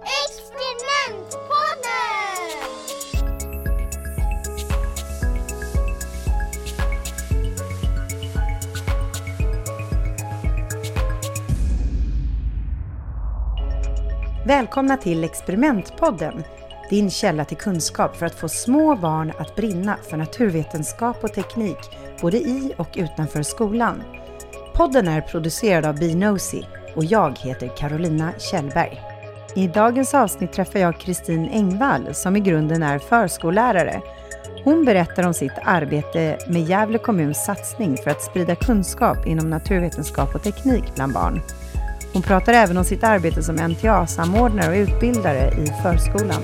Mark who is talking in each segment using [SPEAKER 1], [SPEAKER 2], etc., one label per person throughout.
[SPEAKER 1] Välkomna till Experimentpodden, din källa till kunskap för att få små barn att brinna för naturvetenskap och teknik, både i och utanför skolan. Podden är producerad av Binosi och jag heter Carolina Kjellberg. I dagens avsnitt träffar jag Kristin Engvall som i grunden är förskollärare. Hon berättar om sitt arbete med Gävle kommuns satsning för att sprida kunskap inom naturvetenskap och teknik bland barn. Hon pratar även om sitt arbete som NTA-samordnare och utbildare i förskolan.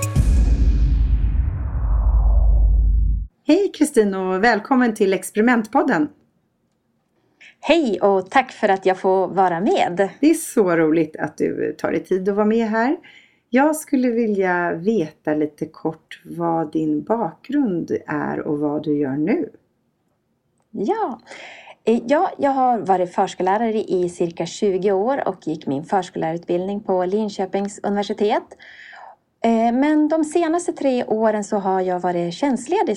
[SPEAKER 1] Hej Kristin och välkommen till Experimentpodden.
[SPEAKER 2] Hej och tack för att jag får vara med.
[SPEAKER 1] Det är så roligt att du tar dig tid att vara med här. Jag skulle vilja veta lite kort vad din bakgrund är och vad du gör nu.
[SPEAKER 2] Ja, jag har varit förskollärare i cirka 20 år och gick min förskollärarutbildning på Linköpings universitet. Men de senaste 3 åren så har jag varit tjänstledig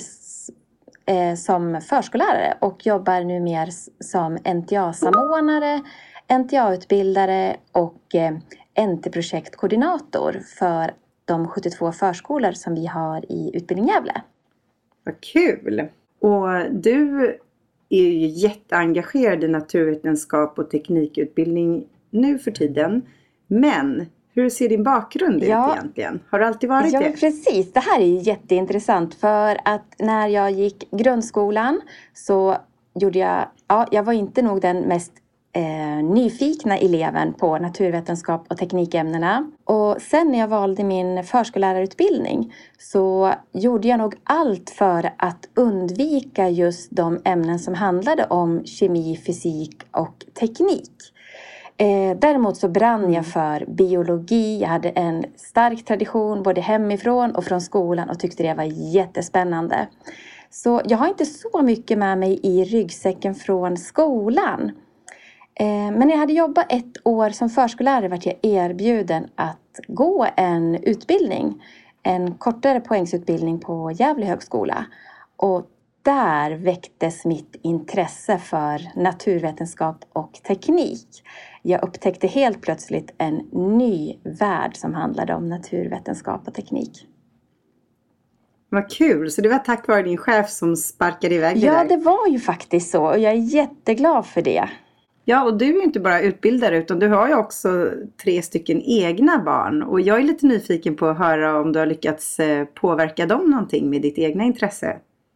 [SPEAKER 2] som förskollärare och jobbar nu mer som NTA-samordnare, NTA-utbildare och NT-projektkoordinator för de 72 förskolor som vi har i Utbildning Gävle.
[SPEAKER 1] Vad kul! Och du är ju jätteengagerad i naturvetenskap och teknikutbildning nu för tiden. Men hur ser din bakgrund ut egentligen? Har du alltid varit det?
[SPEAKER 2] Ja, precis. Det här är jätteintressant för att när jag gick grundskolan så jag var inte nog den mest nyfikna eleven på naturvetenskap och teknikämnena. Och sen när jag valde min förskollärarutbildning så gjorde jag nog allt för att undvika just de ämnen som handlade om kemi, fysik och teknik. Däremot så brann jag för biologi. Jag hade en stark tradition både hemifrån och från skolan och tyckte det var jättespännande. Så jag har inte så mycket med mig i ryggsäcken från skolan. Men när jag hade jobbat 1 år som förskollärare var jag erbjuden att gå en utbildning. En kortare poängsutbildning på Gävle högskola. Och där väcktes mitt intresse för naturvetenskap och teknik. Jag upptäckte helt plötsligt en ny värld som handlade om naturvetenskap och teknik.
[SPEAKER 1] Vad kul! Så det var tack vare din chef som sparkade iväg det där?
[SPEAKER 2] Ja, det var ju faktiskt så och jag är jätteglad för det.
[SPEAKER 1] Ja, och du är ju inte bara utbildare utan du har ju också 3 stycken egna barn. Och jag är lite nyfiken på att höra om du har lyckats påverka dem någonting med ditt egna intresse.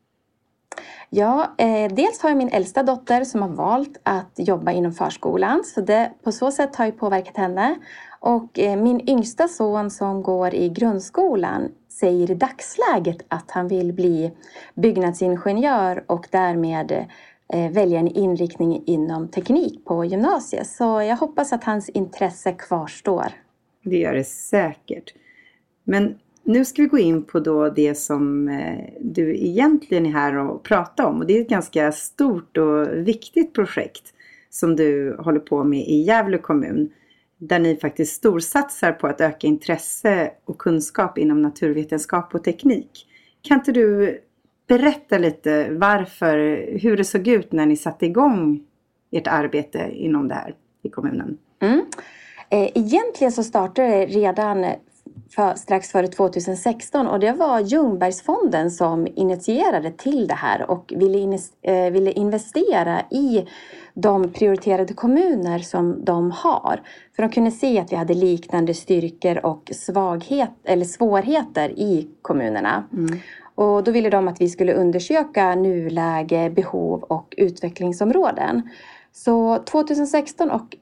[SPEAKER 2] Ja, dels har jag min äldsta dotter som har valt att jobba inom förskolan. Så på så sätt har jag påverkat henne. Och min yngsta son som går i grundskolan säger i dagsläget att han vill bli byggnadsingenjör och därmed välja en inriktning inom teknik på gymnasiet. Så jag hoppas att hans intresse kvarstår. Det
[SPEAKER 1] gör det säkert. Men nu ska vi gå in på då det som du egentligen är här och pratar om. Och det är ett ganska stort och viktigt projekt som du håller på med i Gävle kommun. Där ni faktiskt storsatsar på att öka intresse och kunskap inom naturvetenskap och teknik. Kan inte du berätta lite hur det såg ut när ni satte igång ert arbete inom det här i kommunen?
[SPEAKER 2] Egentligen så startade det redan strax före 2016 och det var Ljungbergsfonden som initierade till det här och ville investera i de prioriterade kommuner som de har. För de kunde se att vi hade liknande styrkor och svårigheter i kommunerna. Och då ville de att vi skulle undersöka nuläge, behov och utvecklingsområden. Så 2016 och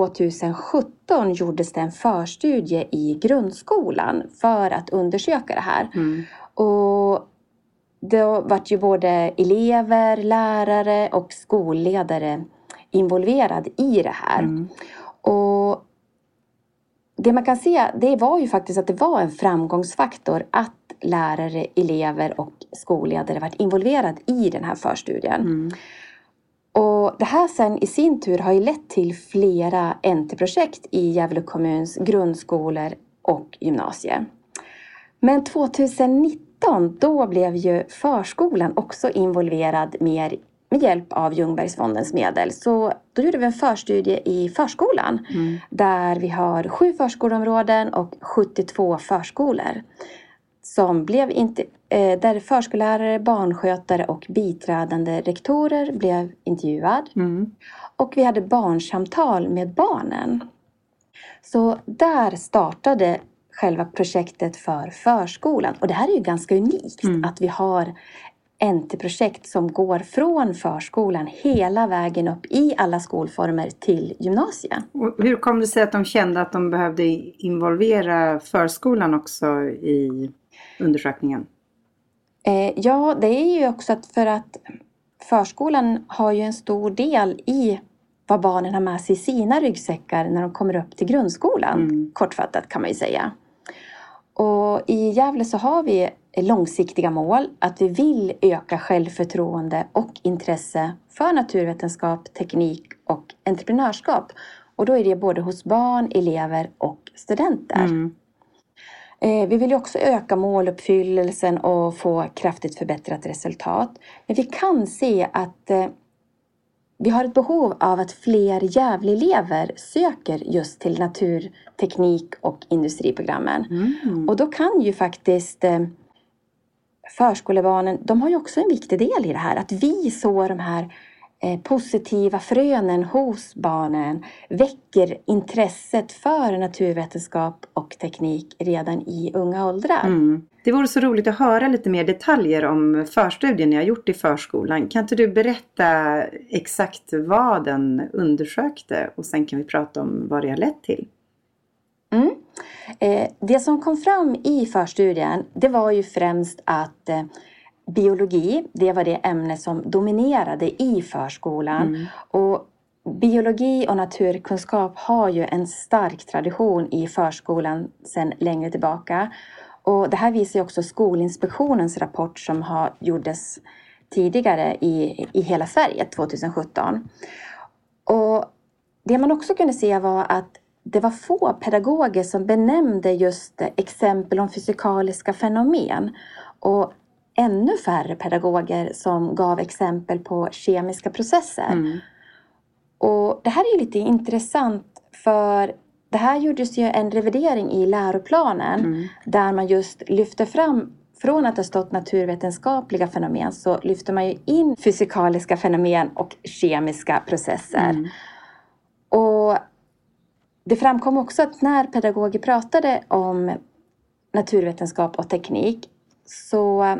[SPEAKER 2] 2017 gjordes det en förstudie i grundskolan för att undersöka det här. Och då var ju både elever, lärare och skolledare involverade i det här. Och det man kan se, det var ju faktiskt att det var en framgångsfaktor att lärare, elever och skolledare varit involverade i den här förstudien. Och det här sen i sin tur har ju lett till flera NT-projekt i Gävle kommuns grundskolor och gymnasie. Men 2019 då blev ju förskolan också involverad mer med hjälp av Ljungbergsfondens medel. Så då gjorde vi en förstudie i förskolan. Där vi har 7 förskoleområden och 72 förskolor. Som blev där förskollärare, barnskötare och biträdande rektorer blev intervjuad. Och vi hade barnsamtal med barnen. Så där startade själva projektet för förskolan. Och det här är ju ganska unikt att vi har NT-projekt som går från förskolan hela vägen upp i alla skolformer till gymnasiet.
[SPEAKER 1] Och hur kom det sig att de kände att de behövde involvera förskolan också i undersökningen?
[SPEAKER 2] Ja, det är ju också för att förskolan har ju en stor del i vad barnen har med sig i sina ryggsäckar när de kommer upp till grundskolan. Kortfattat kan man ju säga. Och i Gävle så har vi långsiktiga mål att vi vill öka självförtroende och intresse för naturvetenskap, teknik och entreprenörskap. Och då är det både hos barn, elever och studenter. Vi vill ju också öka måluppfyllelsen och få kraftigt förbättrat resultat. Men vi kan se att vi har ett behov av att fler Gävle-elever söker just till naturteknik- och industriprogrammen. Och då kan ju faktiskt förskolebarnen, de har ju också en viktig del i det här. Att vi sår de här positiva frönen hos barnen, väcker intresset för naturvetenskap och teknik redan i unga åldrar.
[SPEAKER 1] Det vore så roligt att höra lite mer detaljer om förstudien ni har gjort i förskolan. Kan inte du berätta exakt vad den undersökte och sen kan vi prata om vad det har lett till?
[SPEAKER 2] Det som kom fram i förstudien, det var ju främst att biologi, det var det ämne som dominerade i förskolan. Och biologi och naturkunskap har ju en stark tradition i förskolan sedan längre tillbaka. Och det här visar ju också Skolinspektionens rapport som gjordes tidigare i hela Sverige 2017. Och det man också kunde se var att det var få pedagoger som benämnde just exempel om fysikaliska fenomen. Och ännu färre pedagoger som gav exempel på kemiska processer. Och det här är ju lite intressant för det här gjordes ju en revidering i läroplanen. Där man just lyfter fram, från att det har stått naturvetenskapliga fenomen så lyfter man ju in fysikaliska fenomen och kemiska processer. Och det framkom också att när pedagoger pratade om naturvetenskap och teknik så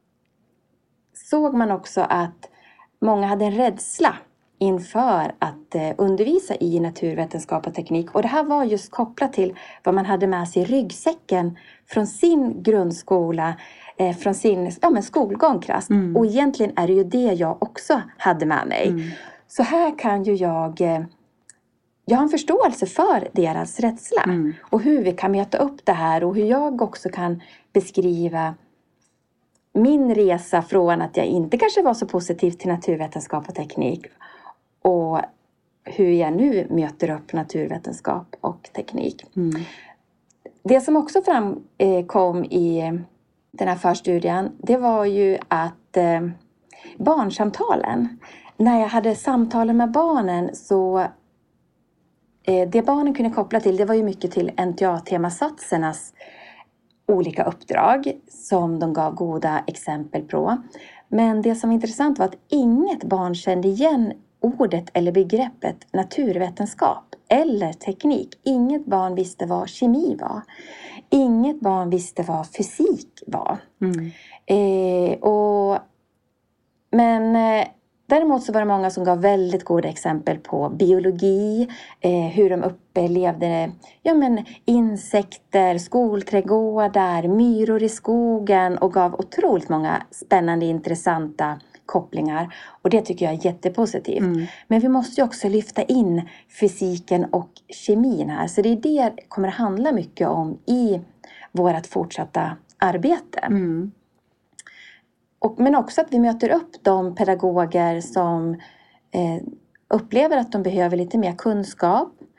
[SPEAKER 2] såg man också att många hade en rädsla inför att undervisa i naturvetenskap och teknik. Och det här var just kopplat till vad man hade med sig i ryggsäcken från sin grundskola, från sin skolgång krasst. Och egentligen är det ju det jag också hade med mig. Så här kan ju jag har en förståelse för deras rädsla. Och hur vi kan möta upp det här och hur jag också kan beskriva min resa från att jag inte kanske var så positiv till naturvetenskap och teknik. Och hur jag nu möter upp naturvetenskap och teknik. Det som också framkom i den här förstudien, det var ju att barnsamtalen, när jag hade samtalen med barnen så det barnen kunde koppla till, det var ju mycket till NTA-temasatsernas olika uppdrag som de gav goda exempel på. Men det som var intressant var att inget barn kände igen ordet eller begreppet naturvetenskap eller teknik. Inget barn visste vad kemi var. Inget barn visste vad fysik var. Däremot så var det många som gav väldigt goda exempel på biologi, hur de upplevde insekter, skolträdgårdar, myror i skogen och gav otroligt många spännande, intressanta kopplingar. Och det tycker jag är jättepositivt. Men vi måste ju också lyfta in fysiken och kemin här. Så det är det kommer att handla mycket om i vårt fortsatta arbete. Men också att vi möter upp de pedagoger som upplever att de behöver lite mer kunskap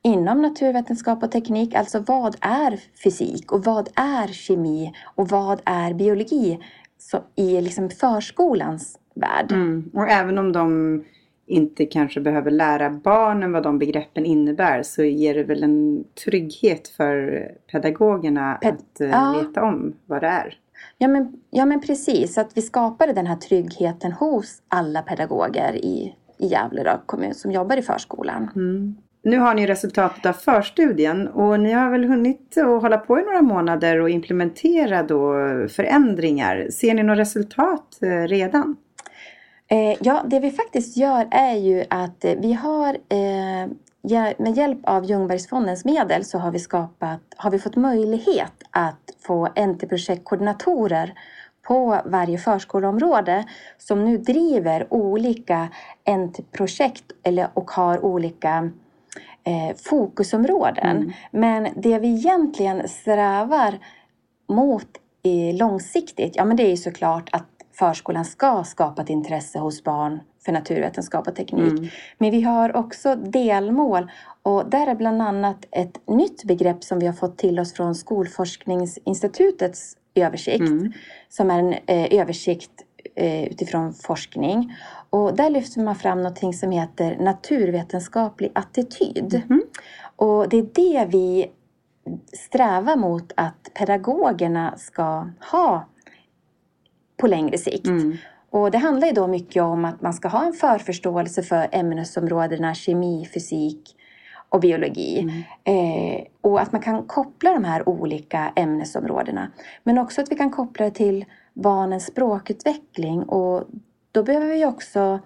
[SPEAKER 2] inom naturvetenskap och teknik. Alltså vad är fysik och vad är kemi och vad är biologi så i liksom förskolans värld.
[SPEAKER 1] Och även om de inte kanske behöver lära barnen vad de begreppen innebär så ger det väl en trygghet för pedagogerna att veta om vad det är.
[SPEAKER 2] Ja men precis, att vi skapade den här tryggheten hos alla pedagoger i Gävle kommun som jobbar i förskolan.
[SPEAKER 1] Nu har ni resultatet av förstudien och ni har väl hunnit att hålla på i några månader och implementera då förändringar. Ser ni något resultat redan?
[SPEAKER 2] Ja, det vi faktiskt gör är ju att vi har med hjälp av Ljungbergsfondens medel så har vi fått möjlighet att få NT-projektkoordinatorer på varje förskoleområde som nu driver olika NT-projekt och har olika fokusområden. Men det vi egentligen strävar mot långsiktigt, ja men det är ju såklart att förskolan ska skapa ett intresse hos barn för naturvetenskap och teknik. Men vi har också delmål och där är bland annat ett nytt begrepp som vi har fått till oss från Skolforskningsinstitutets översikt. Som är en översikt utifrån forskning. Och där lyfter man fram någonting som heter naturvetenskaplig attityd. Och det är det vi strävar mot att pedagogerna ska ha på längre sikt. Och det handlar ju då mycket om att man ska ha en förförståelse för ämnesområdena kemi, fysik och biologi. Och att man kan koppla de här olika ämnesområdena. Men också att vi kan koppla det till barnens språkutveckling. Och då behöver vi också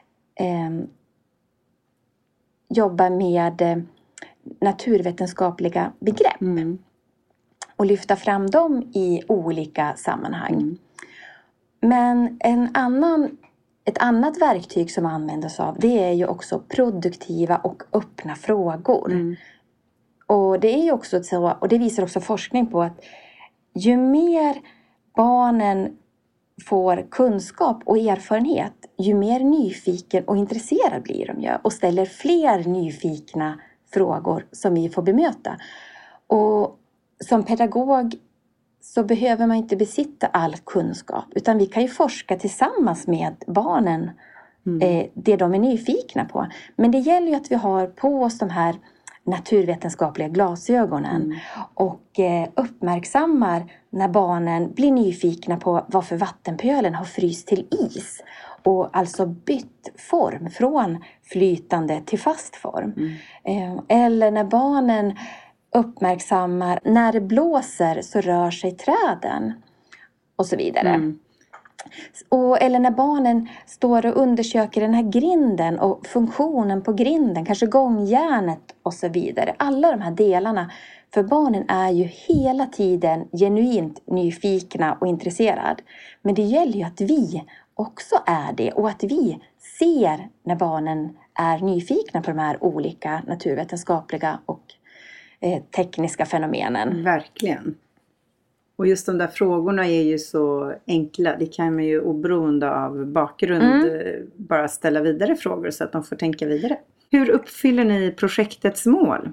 [SPEAKER 2] jobba med naturvetenskapliga begrepp. Och lyfta fram dem i olika sammanhang. Men ett annat verktyg som används av det är ju också produktiva och öppna frågor. Och det är ju också så, och det visar också forskning på att ju mer barnen får kunskap och erfarenhet, ju mer nyfiken och intresserad blir de ju och ställer fler nyfikna frågor som vi får bemöta. Och som pedagog så behöver man inte besitta all kunskap. Utan vi kan ju forska tillsammans med barnen. Det de är nyfikna på. Men det gäller ju att vi har på oss de här naturvetenskapliga glasögonen. Och uppmärksammar när barnen blir nyfikna på varför vattenpölen har fryst till is. Och alltså bytt form från flytande till fast form. Eller när barnen uppmärksammar när det blåser så rör sig träden och så vidare. Eller när barnen står och undersöker den här grinden och funktionen på grinden, kanske gångjärnet och så vidare. Alla de här delarna, för barnen är ju hela tiden genuint nyfikna och intresserade. Men det gäller ju att vi också är det och att vi ser när barnen är nyfikna på de här olika naturvetenskapliga och tekniska fenomenen.
[SPEAKER 1] Verkligen. Och just de där frågorna är ju så enkla. Det kan man ju oberoende av bakgrund bara ställa vidare frågor så att de får tänka vidare. Hur uppfyller ni projektets mål?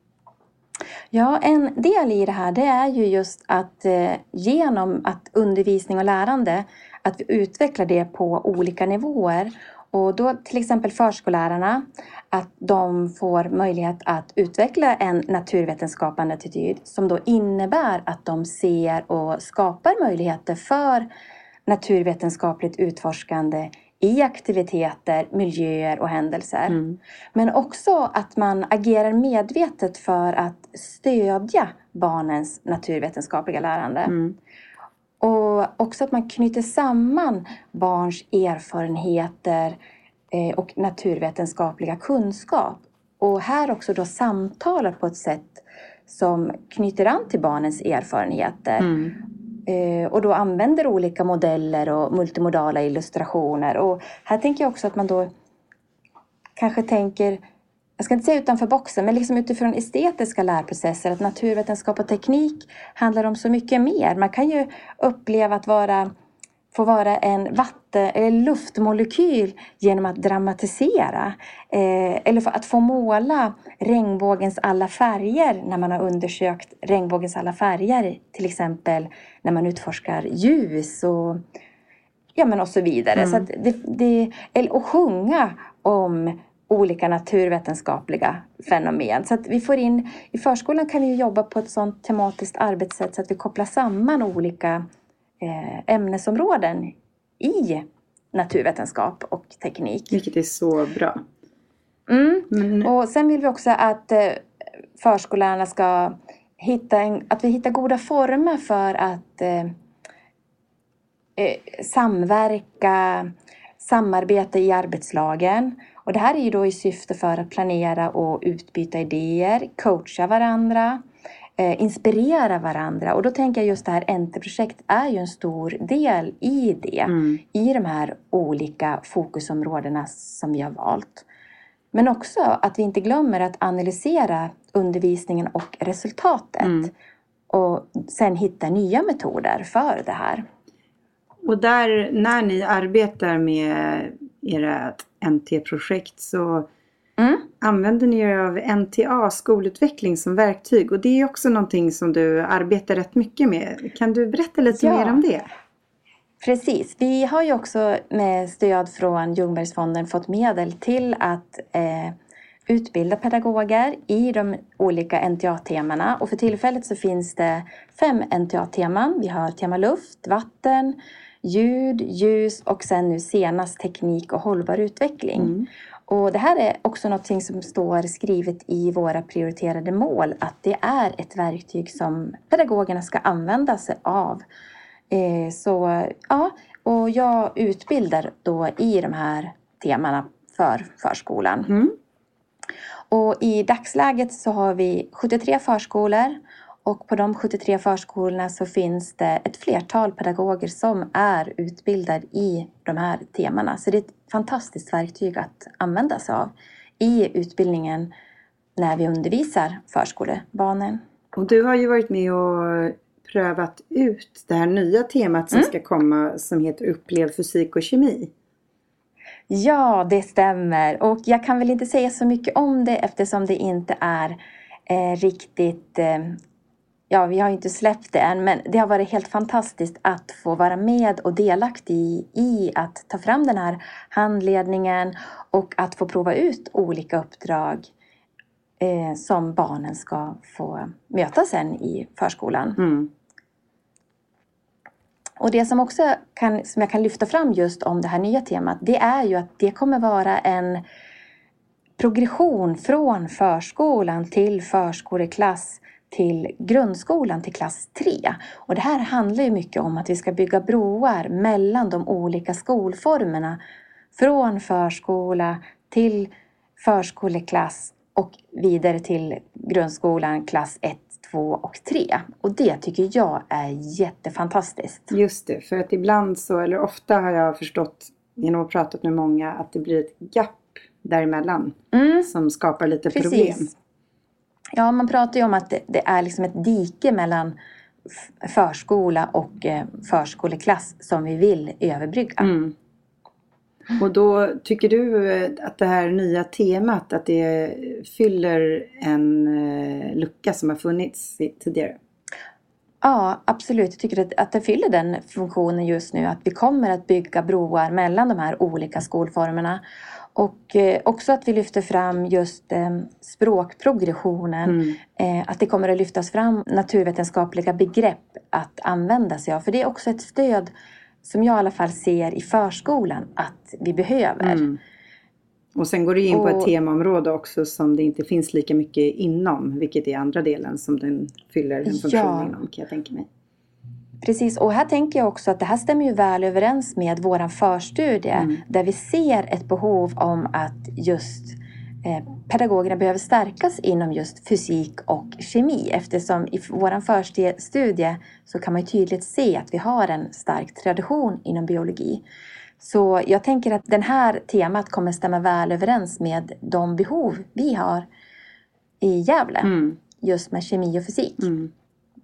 [SPEAKER 2] Ja, en del i det här det är ju just att genom att undervisning och lärande att vi utvecklar det på olika nivåer. Och då till exempel förskollärarna, att de får möjlighet att utveckla en naturvetenskapande attityd som då innebär att de ser och skapar möjligheter för naturvetenskapligt utforskande i aktiviteter, miljöer och händelser. Men också att man agerar medvetet för att stödja barnens naturvetenskapliga lärande. Och också att man knyter samman barns erfarenheter och naturvetenskapliga kunskap. Och här också då samtalar på ett sätt som knyter an till barnens erfarenheter. Och då använder olika modeller och multimodala illustrationer. Och här tänker jag också att man då kanske tänker, jag ska inte säga utanför boxen, men liksom utifrån estetiska lärprocesser. Att naturvetenskap och teknik handlar om så mycket mer. Man kan ju uppleva att få vara en luftmolekyl genom att dramatisera. Eller för att få måla regnbågens alla färger när man har undersökt regnbågens alla färger. Till exempel när man utforskar ljus och så vidare. Så att och sjunga om olika naturvetenskapliga fenomen. Så att vi får in, i förskolan kan vi jobba på ett sånt tematiskt arbetssätt så att vi kopplar samman olika ämnesområden i naturvetenskap och teknik.
[SPEAKER 1] Vilket är så bra.
[SPEAKER 2] Och sen vill vi också att förskollärarna ska hitta goda former för att samarbeta i arbetslagen. Och det här är ju då i syfte för att planera och utbyta idéer, coacha varandra, inspirera varandra. Och då tänker jag just det här NT-projekt är ju en stor del i det. I de här olika fokusområdena som vi har valt. Men också att vi inte glömmer att analysera undervisningen och resultatet. Och sen hitta nya metoder för det här.
[SPEAKER 1] Och där, när ni arbetar med era NT-projekt så använder ni er av NTA, skolutveckling, som verktyg. Och det är också någonting som du arbetar rätt mycket med. Kan du berätta lite mer om det?
[SPEAKER 2] Precis. Vi har ju också med stöd från Ljungbergsfonden fått medel till att utbilda pedagoger i de olika NTA-temana. Och för tillfället så finns det 5 NTA-teman. Vi har tema luft, vatten, ljud, ljus och sen nu senast teknik och hållbar utveckling. Och det här är också något som står skrivet i våra prioriterade mål. Att det är ett verktyg som pedagogerna ska använda sig av. Och jag utbildar då i de här temana för förskolan. Och i dagsläget så har vi 73 förskolor. Och på de 73 förskolorna så finns det ett flertal pedagoger som är utbildade i de här temana. Så det är ett fantastiskt verktyg att använda sig av i utbildningen när vi undervisar förskolebarnen.
[SPEAKER 1] Och du har ju varit med och prövat ut det här nya temat som ska komma, som heter Upplev fysik och kemi.
[SPEAKER 2] Ja, det stämmer. Och jag kan väl inte säga så mycket om det eftersom det inte är riktigt... vi har inte släppt det än, men det har varit helt fantastiskt att få vara med och delaktig i att ta fram den här handledningen och att få prova ut olika uppdrag som barnen ska få möta sen i förskolan. Och det som också som jag kan lyfta fram just om det här nya temat, det är ju att det kommer vara en progression från förskolan till förskoleklass till grundskolan till klass 3. Och det här handlar ju mycket om att vi ska bygga broar mellan de olika skolformerna. Från förskola till förskoleklass och vidare till grundskolan klass 1, 2 och 3. Och det tycker jag är jättefantastiskt.
[SPEAKER 1] Just det, för att ibland så, eller ofta har jag förstått genom att ha pratat med många att det blir ett gap däremellan som skapar lite problem.
[SPEAKER 2] Ja, man pratar ju om att det är liksom ett dike mellan förskola och förskoleklass som vi vill överbrygga.
[SPEAKER 1] Och då tycker du att det här nya temat, att det fyller en lucka som har funnits tidigare?
[SPEAKER 2] Ja, absolut. Jag tycker att det fyller den funktionen just nu. Att vi kommer att bygga broar mellan de här olika skolformerna. Och också att vi lyfter fram just språkprogressionen. Att det kommer att lyftas fram naturvetenskapliga begrepp att använda sig av. För det är också ett stöd som jag i alla fall ser i förskolan att vi behöver.
[SPEAKER 1] Och sen går det in på ett temaområde också som det inte finns lika mycket inom. Vilket är andra delen som den fyller en funktion inom, kan jag tänka mig.
[SPEAKER 2] Precis, och här tänker jag också att det här stämmer ju väl överens med våran förstudie. Där vi ser ett behov om att just pedagogerna behöver stärkas inom just fysik och kemi. Eftersom i våran förstudie så kan man ju tydligt se att vi har en stark tradition inom biologi. Så jag tänker att den här temat kommer stämma väl överens med de behov vi har i Gävle. Just med kemi och fysik.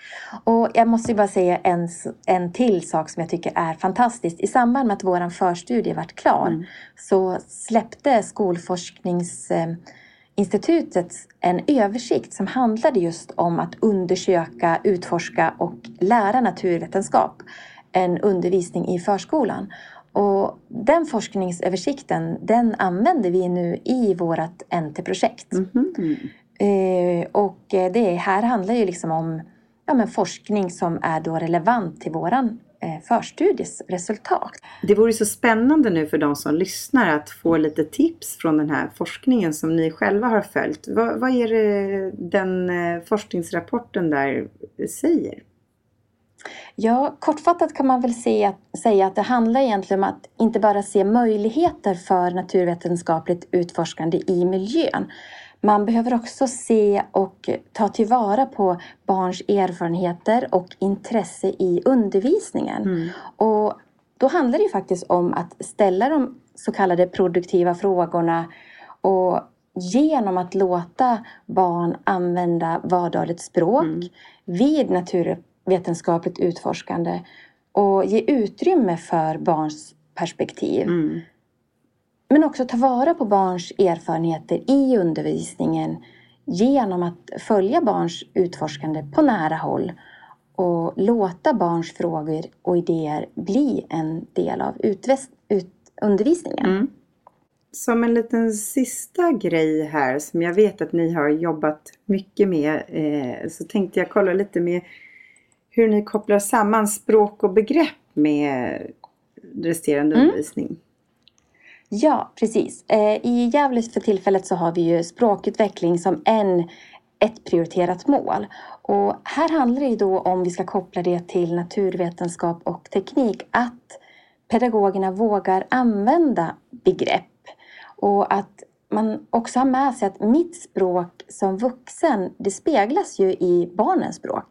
[SPEAKER 2] Och jag måste bara säga en till sak som jag tycker är fantastiskt. I samband med att vår förstudie vart klar så släppte Skolforskningsinstitutet en översikt som handlade just om att undersöka, utforska och lära naturvetenskap. En undervisning i förskolan. Och den forskningsöversikten, den använder vi nu i vårt NT-projekt. Och det här handlar ju liksom om forskning som är då relevant till våran förstudies resultat.
[SPEAKER 1] Det vore så spännande nu för de som lyssnar att få lite tips från den här forskningen som ni själva har följt. Vad är det den forskningsrapporten där säger?
[SPEAKER 2] Ja, kortfattat kan man väl säga att det handlar egentligen om att inte bara se möjligheter för naturvetenskapligt utforskande i miljön. Man behöver också se och ta tillvara på barns erfarenheter och intresse i undervisningen. Och då handlar det ju faktiskt om att ställa de så kallade produktiva frågorna och genom att låta barn använda vardagligt språk vid naturvetenskapligt utforskande och ge utrymme för barns perspektiv. Men också ta vara på barns erfarenheter i undervisningen genom att följa barns utforskande på nära håll och låta barns frågor och idéer bli en del av undervisningen.
[SPEAKER 1] Som en liten sista grej här som jag vet att ni har jobbat mycket med, så tänkte jag kolla lite med hur ni kopplar samman språk och begrepp med resterande undervisning.
[SPEAKER 2] Ja, precis. I Gävle för tillfället så har vi ju språkutveckling som ett prioriterat mål. Och här handlar det ju då om vi ska koppla det till naturvetenskap och teknik. Att pedagogerna vågar använda begrepp. Och att man också har med sig att mitt språk som vuxen, det speglas ju i barnens språk.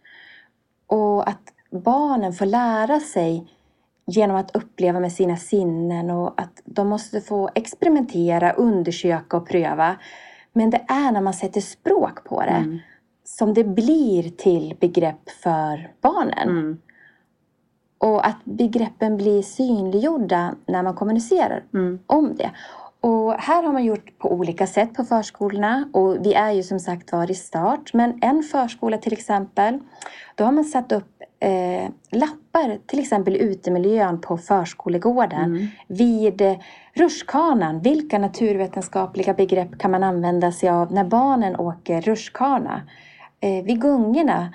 [SPEAKER 2] Och att barnen får lära sig genom att uppleva med sina sinnen och att de måste få experimentera, undersöka och pröva. Men det är när man sätter språk på det som det blir till begrepp för barnen. Och att begreppen blir synliggjorda när man kommunicerar om det. Och här har man gjort på olika sätt på förskolorna. Och vi är ju som sagt var i start. Men en förskola till exempel. Då har man satt upp lappar till exempel i utemiljön på förskolegården. Vid rutschkanan. Vilka naturvetenskapliga begrepp kan man använda sig av när barnen åker rutschkana? Vid gungorna.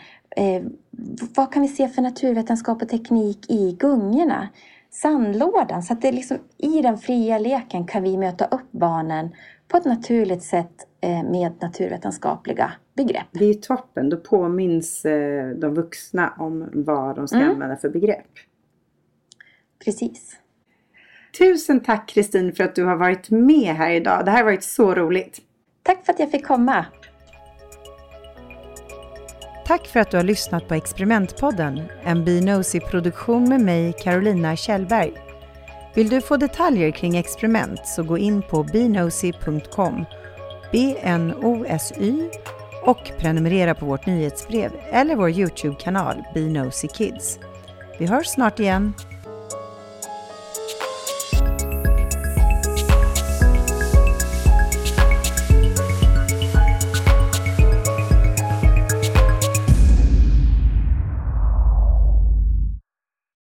[SPEAKER 2] Vad kan vi se för naturvetenskap och teknik i gungorna? Sandlådan. Så att det liksom, i den fria leken kan vi möta upp barnen på ett naturligt sätt med naturvetenskapliga begrepp.
[SPEAKER 1] Det är toppen. Då påminns de vuxna om vad de ska använda för begrepp.
[SPEAKER 2] Precis.
[SPEAKER 1] Tusen tack Kristin för att du har varit med här idag. Det här har varit så roligt.
[SPEAKER 2] Tack för att jag fick komma.
[SPEAKER 1] Tack för att du har lyssnat på Experimentpodden, en Be-Nosy-produktion med mig, Carolina Kjellberg. Vill du få detaljer kring experiment så gå in på benosy.com, BNOSY, och prenumerera på vårt nyhetsbrev eller vår YouTube-kanal Be-Nosy Kids. Vi hörs snart igen.